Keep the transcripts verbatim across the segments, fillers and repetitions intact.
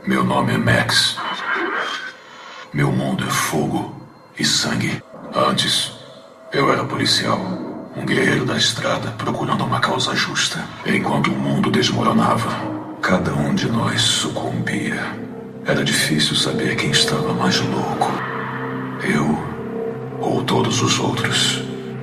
Meu nome é Max. Meu mundo é fogo e sangue. Antes, eu era policial, um guerreiro da estrada procurando uma causa justa. Enquanto o mundo desmoronava, cada um de nós sucumbia. Era difícil saber quem estava mais louco, eu ou todos os outros.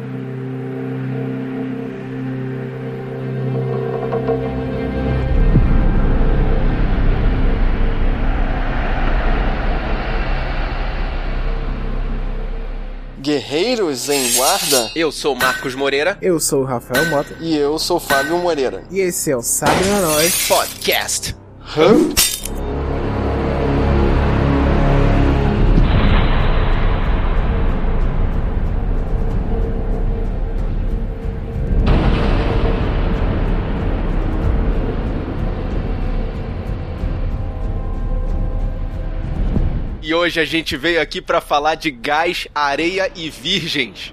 Guerreiros em Guarda. Eu sou Marcos Moreira. Eu sou o Rafael Mota. E eu sou o Fábio Moreira. E esse é o Sabe a Nós Podcast. Hã? E hoje a gente veio aqui pra falar de gás, areia e virgens.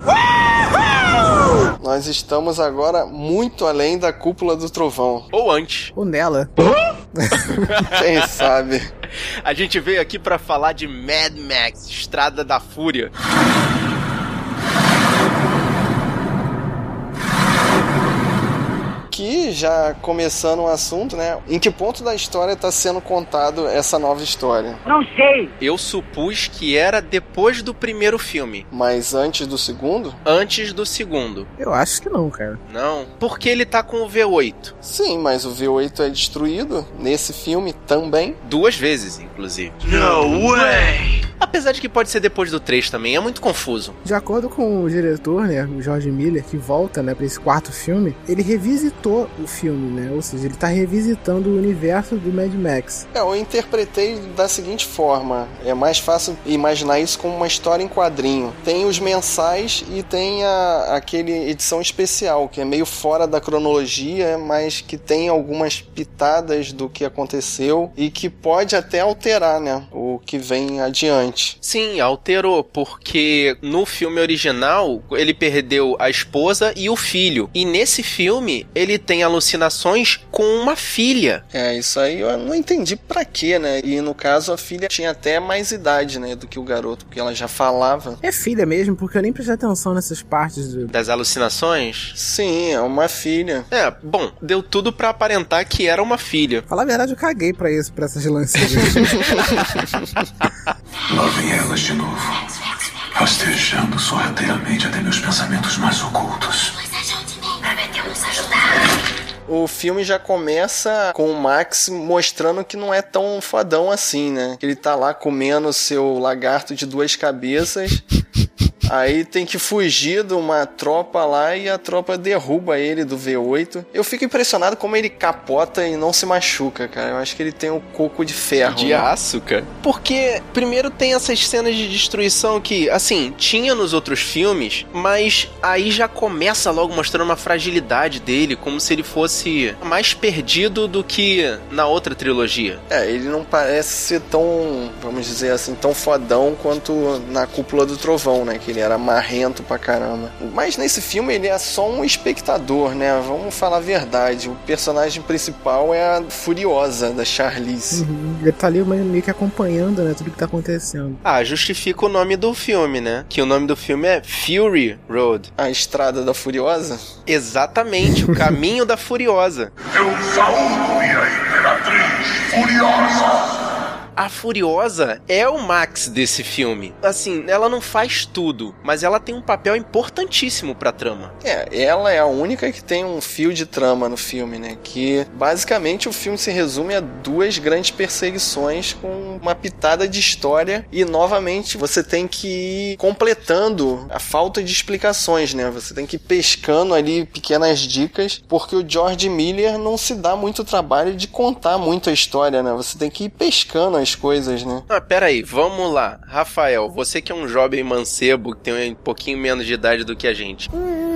Nós estamos agora muito além da cúpula do trovão. Ou antes. Ou nela. Quem sabe? A gente veio aqui pra falar de Mad Max, Estrada da Fúria. Que já começando o assunto, né? Em que ponto da história está sendo contado essa nova história? Não sei. Eu supus que era depois do primeiro filme. Mas antes do segundo? Antes do segundo. Eu acho que não, cara. Não, porque ele tá com o V oito. Sim, mas o V oito é destruído nesse filme também. Duas vezes, inclusive. No way! Apesar de que pode ser depois do três também, é muito confuso. De acordo com o diretor, né, o George Miller, que volta, né, pra esse quarto filme, ele revisitou o filme, né, ou seja, ele tá revisitando o universo do Mad Max. É, eu interpretei da seguinte forma, é mais fácil imaginar isso como uma história em quadrinho. Tem os mensais e tem a, aquele edição especial, que é meio fora da cronologia, mas que tem algumas pitadas do que aconteceu e que pode até alterar, né, o que vem adiante. Sim, alterou, porque no filme original ele perdeu a esposa e o filho. E nesse filme ele tem alucinações com uma filha. É, isso aí eu não entendi pra quê, né? E no caso a filha tinha até mais idade, né, do que o garoto, porque ela já falava. É filha mesmo, porque eu nem prestei atenção nessas partes do... Das alucinações? Sim, é uma filha. É, bom, deu tudo pra aparentar que era uma filha. Falar a verdade, eu caguei pra isso, pra essas lances. Lá vem elas de novo, rastejando sorrateiramente até meus pensamentos mais ocultos. Prometemos ajudar. O filme já começa com o Max mostrando que não é tão fodão assim, né? Ele tá lá comendo seu lagarto de duas cabeças. Aí tem que fugir de uma tropa lá e a tropa derruba ele do V oito. Eu fico impressionado como ele capota e não se machuca, cara. Eu acho que ele tem o coco de ferro. De né? aço, cara. Porque, primeiro, tem essas cenas de destruição que, assim, tinha nos outros filmes, mas aí já começa logo mostrando uma fragilidade dele, como se ele fosse mais perdido do que na outra trilogia. É, ele não parece ser tão, vamos dizer assim, tão fodão quanto na Cúpula do Trovão, né? Que ele era marrento pra caramba. Mas nesse filme ele é só um espectador, né? Vamos falar a verdade. O personagem principal é a Furiosa, da Charlize. Uhum. Ele tá ali meio que acompanhando, né, tudo que tá acontecendo. Ah, justifica o nome do filme, né? Que o nome do filme é Fury Road. A Estrada da Furiosa? Exatamente, o Caminho da Furiosa. Eu saúdo e a Imperatriz Furiosa! A Furiosa é o Max desse filme. Assim, ela não faz tudo, mas ela tem um papel importantíssimo pra trama. É, ela é a única que tem um fio de trama no filme, né? Que basicamente o filme se resume a duas grandes perseguições com uma pitada de história e novamente você tem que ir completando a falta de explicações, né? Você tem que ir pescando ali pequenas dicas, porque o George Miller não se dá muito trabalho de contar muito a história, né? Você tem que ir pescando as coisas, né? Ah, pera aí, vamos lá. Rafael, você que é um jovem mancebo, que tem um pouquinho menos de idade do que a gente. Não.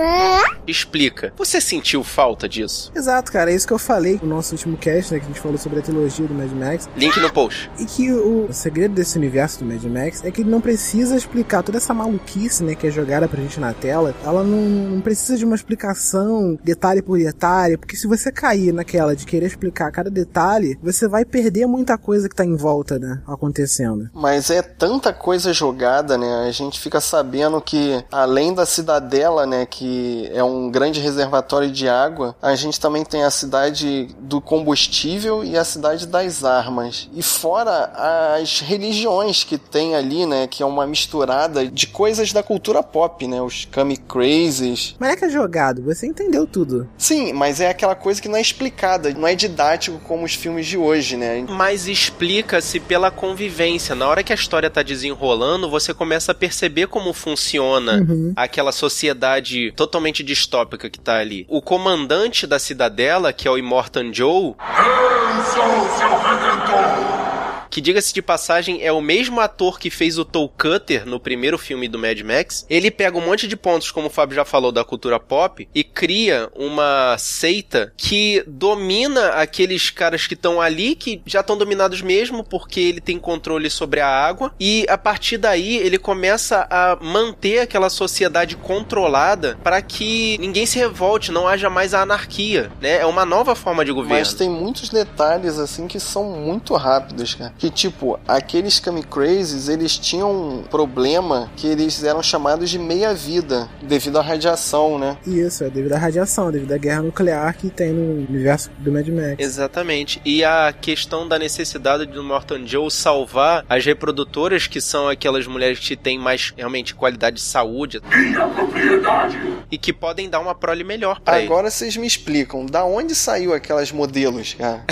Explica. Você sentiu falta disso? Exato, cara. É isso que eu falei no nosso último cast, né? Que a gente falou sobre a trilogia do Mad Max. Link no post. E que o segredo desse universo do Mad Max é que ele não precisa explicar toda essa maluquice, né? Que é jogada pra gente na tela. Ela não, não precisa de uma explicação detalhe por detalhe. Porque se você cair naquela de querer explicar cada detalhe, você vai perder muita coisa que tá em volta, né? Acontecendo. Mas é tanta coisa jogada, né? A gente fica sabendo que, além da cidadela, né? Que é um grande reservatório de água, a gente também tem a cidade do combustível e a cidade das armas. E fora as religiões que tem ali, né? Que é uma misturada de coisas da cultura pop, né? Os Kami Crazes. Mas é que é jogado, você entendeu tudo. Sim, mas é aquela coisa que não é explicada, não é didático como os filmes de hoje, né? Mas explica-se pela convivência. Na hora que a história tá desenrolando, você começa a perceber como funciona uhum. aquela sociedade totalmente distópica que tá ali. O comandante da cidadela, que é o Immortan Joe... Eu sou seu redentor! Que, diga-se de passagem, é o mesmo ator que fez o Toe Cutter no primeiro filme do Mad Max. Ele pega um monte de pontos, como o Fábio já falou, da cultura pop e cria uma seita que domina aqueles caras que estão ali, que já estão dominados mesmo, porque ele tem controle sobre a água. E, a partir daí, ele começa a manter aquela sociedade controlada para que ninguém se revolte, não haja mais a anarquia, né? É uma nova forma de governo. Mas tem muitos detalhes, assim, que são muito rápidos, cara. Que, tipo, aqueles Kami Crazes, eles tinham um problema que eles eram chamados de meia-vida, devido à radiação, né? Isso, é devido à radiação, devido à guerra nuclear que tem no universo do Mad Max. Exatamente. E a questão da necessidade do Immortan Joe salvar as reprodutoras, que são aquelas mulheres que têm mais, realmente, qualidade de saúde. Minha propriedade! E que podem dar uma prole melhor pra ele. Agora vocês me explicam, da onde saiu aquelas modelos, cara?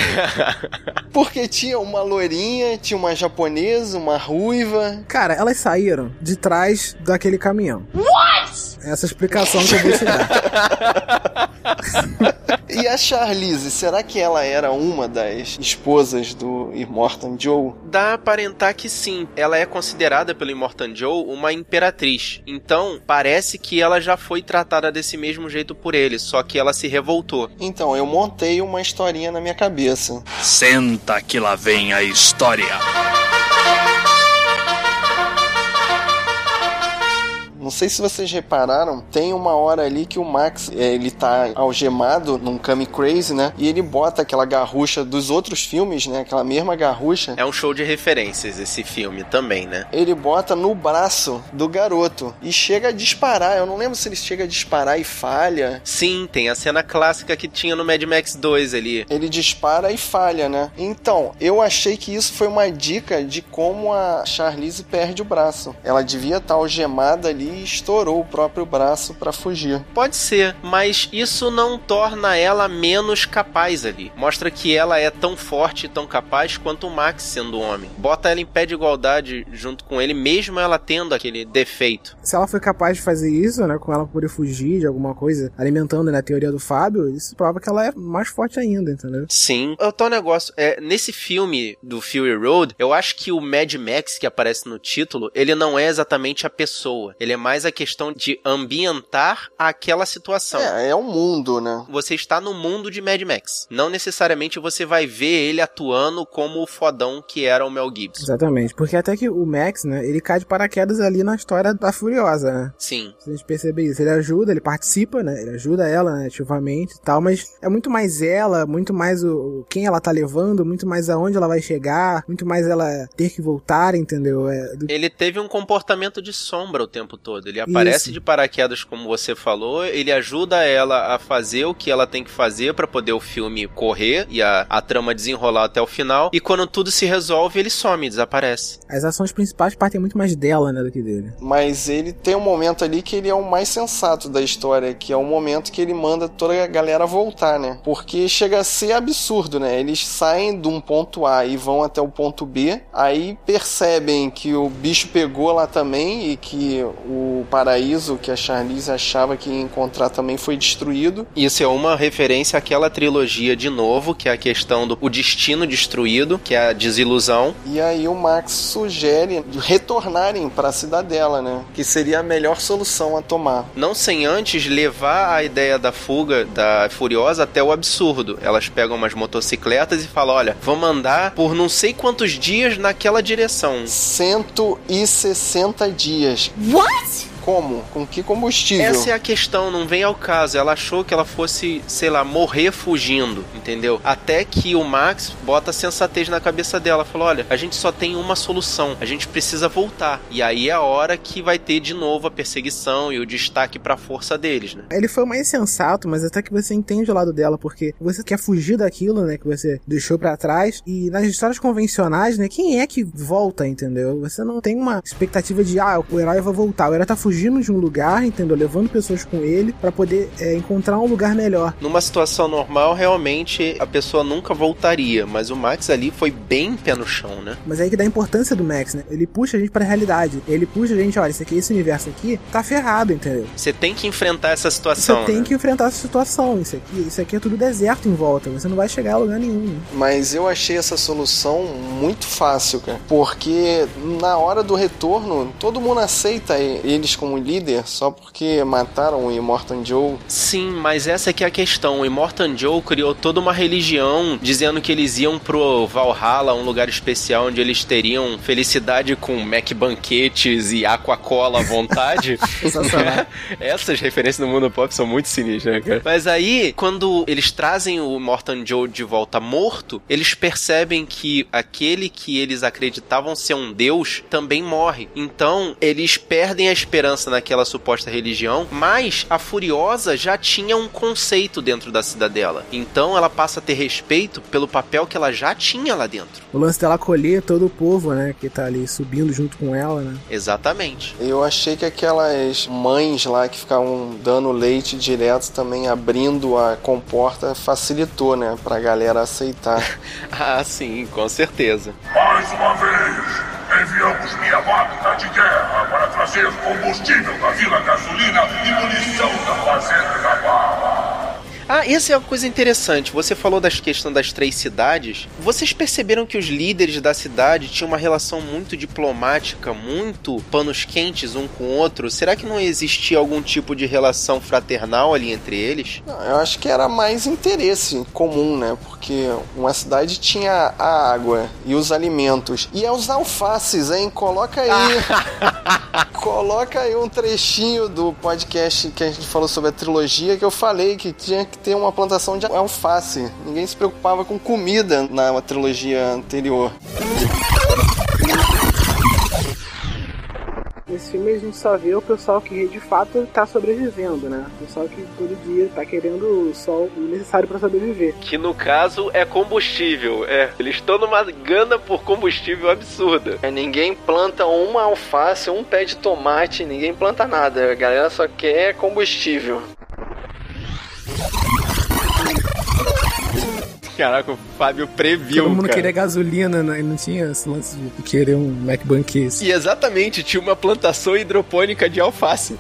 Porque tinha uma loirinha, tinha uma japonesa, uma ruiva. Cara, elas saíram de trás daquele caminhão. What? Essa explicação que eu vou te dar. E a Charlize, será que ela era uma das esposas do Immortan Joe? Dá a aparentar que sim. Ela é considerada pelo Immortan Joe uma imperatriz. Então, parece que ela já foi tratada desse mesmo jeito por ele, só que ela se revoltou. Então, eu montei uma historinha na minha cabeça. Senta que lá vem a história. Não sei se vocês repararam, tem uma hora ali que o Max, ele tá algemado num Kami Craze, né? E ele bota aquela garrucha dos outros filmes, né? Aquela mesma garrucha. É um show de referências esse filme também, né? Ele bota no braço do garoto e chega a disparar. Eu não lembro se ele chega a disparar e falha. Sim, tem a cena clássica que tinha no Mad Max dois ali. Ele dispara e falha, né? Então, eu achei que isso foi uma dica de como a Charlize perde o braço. Ela devia estar algemada ali e estourou o próprio braço pra fugir. Pode ser, mas isso não torna ela menos capaz ali. Mostra que ela é tão forte e tão capaz quanto o Max sendo homem. Bota ela em pé de igualdade junto com ele, mesmo ela tendo aquele defeito. Se ela foi capaz de fazer isso, né, com ela poder fugir de alguma coisa, alimentando, né, a teoria do Fábio, isso prova que ela é mais forte ainda, entendeu? Sim. O tal negócio, é, nesse filme do Fury Road, eu acho que o Mad Max que aparece no título, ele não é exatamente a pessoa. Ele é mais a questão de ambientar aquela situação. É, é o mundo, né? Você está no mundo de Mad Max. Não necessariamente você vai ver ele atuando como o fodão que era o Mel Gibson. Exatamente, porque até que o Max, né, ele cai de paraquedas ali na história da Furiosa, né? Sim. Se a gente perceber isso, ele ajuda, ele participa, né? Ele ajuda ela, né, ativamente e tal, mas é muito mais ela, muito mais o, quem ela tá levando, muito mais aonde ela vai chegar, muito mais ela ter que voltar, entendeu? É, do... Ele teve um comportamento de sombra o tempo todo. Ele aparece Isso. de paraquedas, como você falou, ele ajuda ela a fazer o que ela tem que fazer pra poder o filme correr e a, a trama desenrolar até o final, e quando tudo se resolve, ele some, desaparece. As ações principais partem muito mais dela, né, do que dele. Mas ele tem um momento ali que ele é o mais sensato da história, que é o momento que ele manda toda a galera voltar, né? Porque chega a ser absurdo, né? Eles saem de um ponto A e vão até o ponto B, aí percebem que o bicho pegou lá também e que o o paraíso que a Charlize achava que ia encontrar também foi destruído. Isso é uma referência àquela trilogia de novo, que é a questão do o destino destruído, que é a desilusão. E aí o Max sugere retornarem para a cidadela, né? Que seria a melhor solução a tomar. Não sem antes levar a ideia da fuga da Furiosa até o absurdo. Elas pegam umas motocicletas e falam, olha, vamos andar por não sei quantos dias naquela direção. cento e sessenta dias. What? Como? Com que combustível? Essa é a questão, não vem ao caso. Ela achou que ela fosse, sei lá, morrer fugindo, entendeu? Até que o Max bota a sensatez na cabeça dela. Falou, olha, a gente só tem uma solução. A gente precisa voltar. E aí é a hora que vai ter de novo a perseguição e o destaque pra força deles, né? Ele foi o mais sensato, mas até que você entende o lado dela, porque você quer fugir daquilo, né, que você deixou pra trás. E nas histórias convencionais, né, quem é que volta, entendeu? Você não tem uma expectativa de, ah, o herói vai voltar. O herói tá fugindo fugindo de um lugar, entendeu? Levando pessoas com ele pra poder é, encontrar um lugar melhor. Numa situação normal, realmente, a pessoa nunca voltaria, mas o Max ali foi bem pé no chão, né? Mas é aí que dá a importância do Max, né? Ele puxa a gente pra realidade. Ele puxa a gente, olha, esse, aqui, esse universo aqui tá ferrado, entendeu? Você tem que enfrentar essa situação, Você tem né? que enfrentar essa situação. Isso aqui, isso aqui é tudo deserto em volta. Você não vai chegar a lugar nenhum. Né? Mas eu achei essa solução muito fácil, cara. Porque na hora do retorno, todo mundo aceita eles como líder só porque mataram o Immortan Joe. Sim, mas essa aqui é a questão. O Immortan Joe criou toda uma religião dizendo que eles iam pro Valhalla, um lugar especial onde eles teriam felicidade com Mac banquetes e Aquacola à vontade. Sensacional. Essas referências no mundo pop são muito sinistras, né, cara? Mas aí, quando eles trazem o Immortan Joe de volta morto, eles percebem que aquele que eles acreditavam ser um deus também morre. Então, eles perdem a esperança naquela suposta religião, mas a Furiosa já tinha um conceito dentro da cidadela. Então, ela passa a ter respeito pelo papel que ela já tinha lá dentro. O lance dela acolher todo o povo, né, que tá ali subindo junto com ela, né? Exatamente. Eu achei que aquelas mães lá que ficavam dando leite direto também abrindo a comporta facilitou, né, pra galera aceitar. Ah, sim, com certeza. Mais uma vez, enviamos minha máquina de guerra para trazer combustível da Vila Gasolina e munição da Fazenda da Barra. Ah, essa é uma coisa interessante. Você falou da questão das três cidades. Vocês perceberam que os líderes da cidade tinham uma relação muito diplomática, muito panos quentes um com o outro? Será que não existia algum tipo de relação fraternal ali entre eles? Não, eu acho que era mais interesse comum, né? Porque uma cidade tinha a água e os alimentos. E os alfaces, hein? Coloca aí. Coloca aí um trechinho do podcast que a gente falou sobre a trilogia, que eu falei que tinha que ter uma plantação de alface. Ninguém se preocupava com comida na trilogia anterior. Nesse filme a gente só vê o pessoal que de fato tá sobrevivendo, né? O pessoal que todo dia tá querendo só o necessário pra sobreviver. Que no caso é combustível. É, eles estão numa gana por combustível absurda. É, ninguém planta uma alface, um pé de tomate, ninguém planta nada. A galera só quer combustível. Caraca, o Fábio previu, Todo mundo cara. queria gasolina, né? E não tinha esse lance de querer um Mac banquete. E exatamente, tinha uma plantação hidropônica de alface.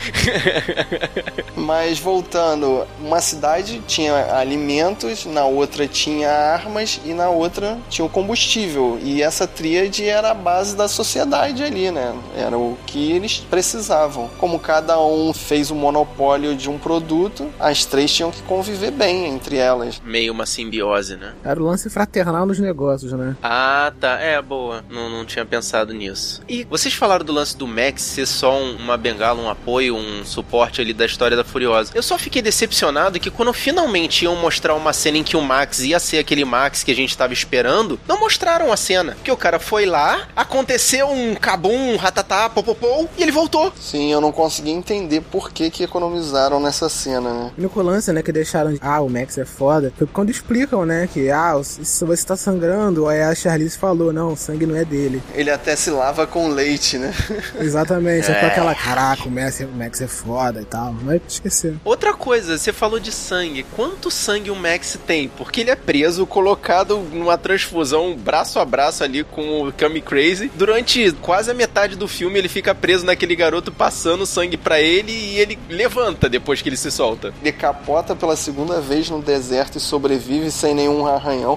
Mas voltando, uma cidade tinha alimentos, na outra tinha armas e na outra tinha o combustível. E essa tríade era a base da sociedade ali, né? Era o que eles precisavam. Como cada um fez o monopólio de um produto, as três tinham que conviver bem entre elas. Meio uma simbiose, né? Era o lance fraternal nos negócios, né? Ah, tá. É, boa. Não, não tinha pensado nisso. E vocês falaram do lance do Max ser só um, uma bengala, um apoio, um suporte ali da história da Furiosa. Eu só fiquei decepcionado que quando finalmente iam mostrar uma cena em que o Max ia ser aquele Max que a gente tava esperando, não mostraram a cena. Porque o cara foi lá, aconteceu um cabum, um ratatá, popopou, e ele voltou. Sim, eu não consegui entender por que que economizaram nessa cena, né? O único lance, né, que deixaram de, ah, o Max é foda, foi quando explicam, né, que, ah, se você tá sangrando, aí a Charlize falou, não, o sangue não é dele. Ele até se lava com leite, né? Exatamente, é. Com aquela, caraca, o Max, o Max é foda e tal. Não vai esquecer. Outra coisa, você falou de sangue. Quanto sangue o Max tem? Porque ele é preso, colocado numa transfusão braço a braço ali com o Kami Crazy. Durante quase a metade do filme ele fica preso naquele garoto passando sangue pra ele e ele levanta depois que ele se solta. Ele capota pela segunda vez no deserto e sobrevive sem nenhum arranhão.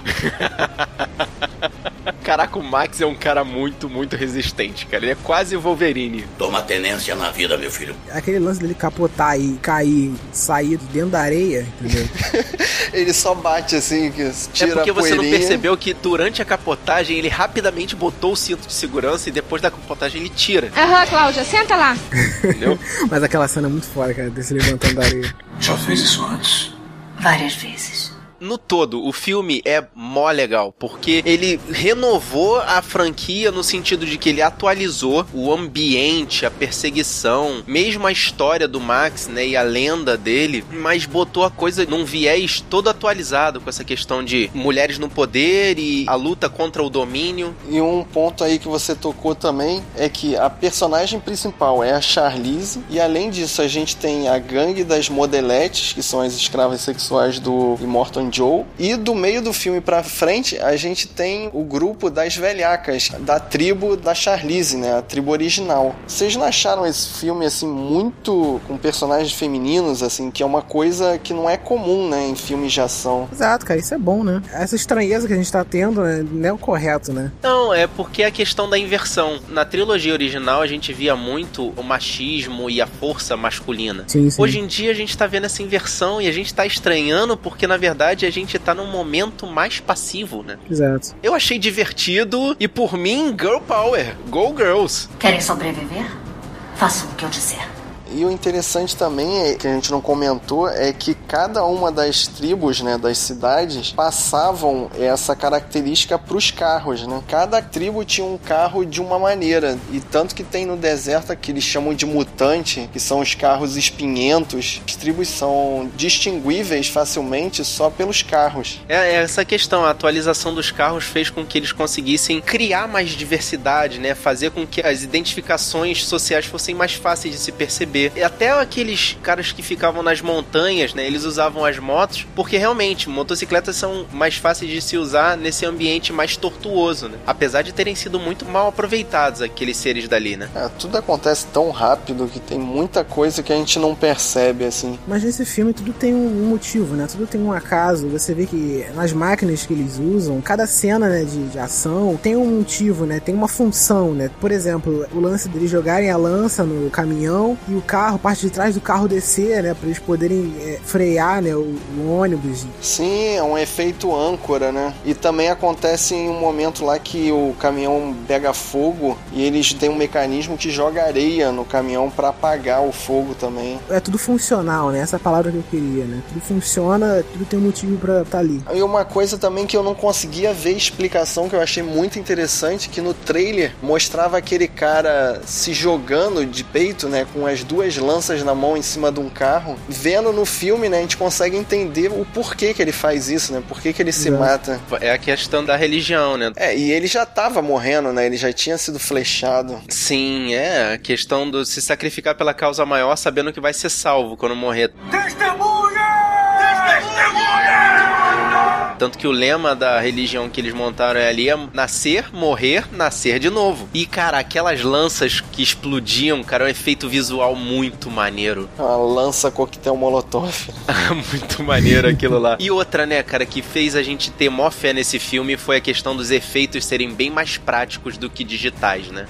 Caraca, o Max é um cara muito, muito resistente, cara. Ele é quase Wolverine. Toma tenência na vida, meu filho. Aquele lance dele capotar e cair, sair de dentro da areia, entendeu? Ele só bate assim, que tira É porque a você não poeirinha. percebeu que durante a capotagem ele rapidamente botou o cinto de segurança e depois da capotagem ele tira. Aham, Cláudia, senta lá. Entendeu? Mas aquela cena é muito foda, cara, desse levantando da areia. Já fez isso antes? Várias vezes. No todo, o filme é mó legal, porque ele renovou a franquia no sentido de que ele atualizou o ambiente, a perseguição, mesmo a história do Max, né, e a lenda dele, mas botou a coisa num viés todo atualizado, com essa questão de mulheres no poder e a luta contra o domínio. E um ponto aí que você tocou também é que a personagem principal é a Charlize, e além disso a gente tem a gangue das modeletes, que são as escravas sexuais do Immortan Joe, e do meio do filme pra frente a gente tem o grupo das velhacas, da tribo da Charlize, né, a tribo original. Vocês não acharam esse filme assim muito com personagens femininos, assim, que é uma coisa que não é comum, né, em filmes de ação? Exato, cara, isso é bom, né? Essa estranheza que a gente tá tendo, né, não é o correto, né? Não, é porque é a questão da inversão. Na trilogia original a gente via muito o machismo e a força masculina. Sim, sim. Hoje em dia a gente tá vendo essa inversão e a gente tá estranhando porque na verdade a gente tá num momento mais passivo, né? Exato. Eu achei divertido e por mim, girl power, go girls. Querem sobreviver? Façam o que eu disser. E o interessante também, é, que a gente não comentou, é que cada uma das tribos, né, das cidades, passavam essa característica para os carros, né? Cada tribo tinha um carro de uma maneira, e tanto que tem no deserto que eles chamam de mutante, que são os carros espinhentos. As tribos são distinguíveis facilmente só pelos carros. É, é essa questão, a atualização dos carros fez com que eles conseguissem criar mais diversidade, né? Fazer com que as identificações sociais fossem mais fáceis de se perceber. E até aqueles caras que ficavam nas montanhas, né, eles usavam as motos, porque realmente, motocicletas são mais fáceis de se usar nesse ambiente mais tortuoso, né? Apesar de terem sido muito mal aproveitados aqueles seres dali, né? É, tudo acontece tão rápido que tem muita coisa que a gente não percebe, assim. Mas nesse filme tudo tem um motivo, né? Tudo tem um acaso. Você vê que nas máquinas que eles usam, cada cena, né, de, de ação tem um motivo, né? Tem uma função, né? Por exemplo, o lance deles jogarem a lança no caminhão e o carro, parte de trás do carro descer, né, pra eles poderem é, frear, né, o, o ônibus. Sim, é um efeito âncora, né? E também acontece em um momento lá que o caminhão pega fogo e eles têm um mecanismo que joga areia no caminhão pra apagar o fogo também. É tudo funcional, né? Essa palavra que eu queria, né? Tudo funciona, tudo tem um motivo pra estar ali. E uma coisa também que eu não conseguia ver explicação, que eu achei muito interessante, que no trailer mostrava aquele cara se jogando de peito, né, com as duas lanças na mão em cima de um carro. Vendo no filme, né, a gente consegue entender o porquê que ele faz isso, né? Por que que ele se Exato. mata. É a questão da religião, né? É, e ele já tava morrendo, né? Ele já tinha sido flechado. Sim, é a questão do se sacrificar pela causa maior sabendo que vai ser salvo quando morrer. Tanto que o lema da religião que eles montaram ali é nascer, morrer, nascer de novo. E, cara, aquelas lanças que explodiam, cara, é um efeito visual muito maneiro. Uma lança coquetel molotov. Muito maneiro aquilo lá. E outra, né, cara, que fez a gente ter mó fé nesse filme foi a questão dos efeitos serem bem mais práticos do que digitais, né?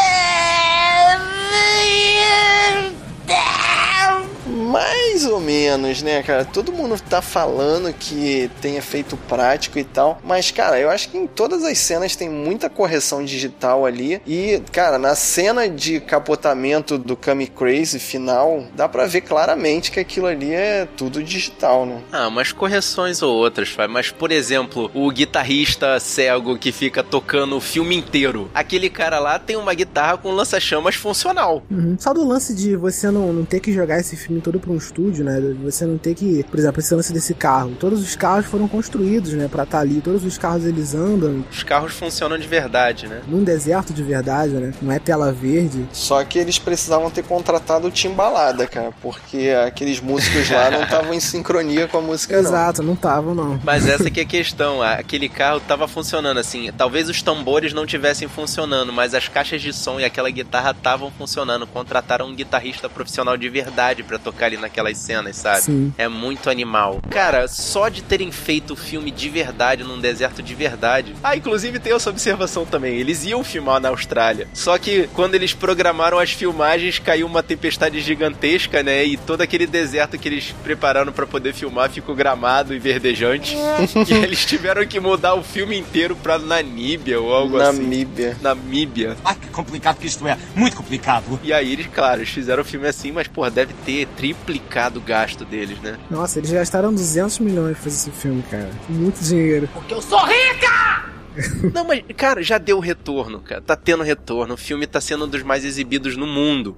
Mais ou menos, né, cara? Todo mundo tá falando que tem efeito prático e tal, mas, cara, eu acho que em todas as cenas tem muita correção digital ali e, cara, na cena de capotamento do Kami Crazy final, dá pra ver claramente que aquilo ali é tudo digital, né? Ah, umas correções ou outras, pai. Mas, por exemplo, o guitarrista cego que fica tocando o filme inteiro, aquele cara lá tem uma guitarra com lança-chamas funcional. Uhum. Só do lance de você não, não ter que jogar esse filme todo todo pra um estúdio, né? Você não ter que, por exemplo, esse lance desse carro. Todos os carros foram construídos, né? Pra estar ali. Todos os carros, eles andam. Os carros funcionam de verdade, né? Num deserto de verdade, né? Não é tela verde. Só que eles precisavam ter contratado o Timbalada, cara, porque aqueles músicos lá não estavam em sincronia com a música, não. Exato, não estavam, não. Mas essa que é a questão, aquele carro tava funcionando, assim, talvez os tambores não tivessem funcionando, mas as caixas de som e aquela guitarra estavam funcionando. Contrataram um guitarrista profissional de verdade pra tocar ali naquelas cenas, sabe? Sim. É muito animal. Cara, só de terem feito o filme de verdade, num deserto de verdade. Ah, inclusive tem essa observação também, eles iam filmar na Austrália, só que quando eles programaram as filmagens, caiu uma tempestade gigantesca, né, e todo aquele deserto que eles prepararam pra poder filmar ficou gramado e verdejante. E eles tiveram que mudar o filme inteiro pra Namíbia ou algo Namíbia. assim. Namíbia. Ah, que complicado que isto é. Muito complicado. E aí eles, claro, eles fizeram o filme assim, mas, porra, deve ter triplicado o gasto deles, né? Nossa, eles gastaram duzentos milhões pra fazer esse filme, cara. Muito dinheiro. Porque eu sou rica! Não, mas, cara, já deu retorno, cara. Tá tendo retorno. O filme tá sendo um dos mais exibidos no mundo.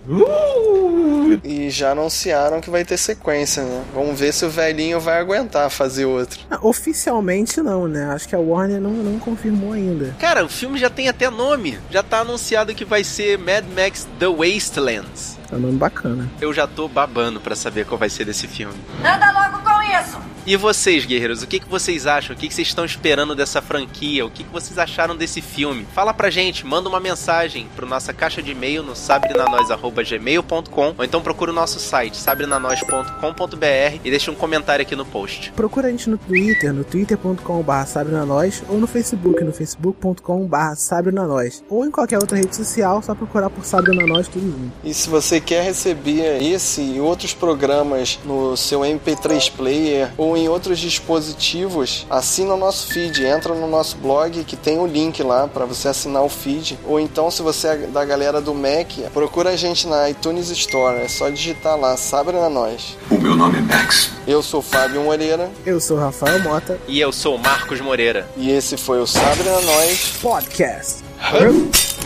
Uh! E já anunciaram que vai ter sequência, né? Vamos ver se o velhinho vai aguentar fazer outro. Ah, oficialmente não, né? Acho que a Warner não, não confirmou ainda. Cara, o filme já tem até nome. Já tá anunciado que vai ser Mad Max The Wastelands. É um nome bacana. Eu já tô babando pra saber qual vai ser desse filme. Anda logo com isso! E vocês, guerreiros, o que, que vocês acham? O que, que vocês estão esperando dessa franquia? O que, que vocês acharam desse filme? Fala pra gente, manda uma mensagem pro nossa caixa de e-mail no sabrenanois arroba gmail ponto com ou então procura o nosso site sabrenanois ponto com ponto b r e deixa um comentário aqui no post. Procura a gente no Twitter, no twitter ponto com barra sabrenanois ou no Facebook, no facebook ponto com barra sabrenanois ou em qualquer outra rede social, só procurar por Sabrenanois tudo junto. E se você quer receber esse e outros programas no seu M P três player ou em outros dispositivos, assina o nosso feed, entra no nosso blog que tem o link lá para você assinar o feed, ou então se você é da galera do Mac, procura a gente na iTunes Store, é só digitar lá, Sabrenanois. O meu nome é Max. Eu sou Fábio Moreira. Eu sou Rafael Mota. E eu sou o Marcos Moreira. E esse foi o Sabrenanois Podcast. Hum.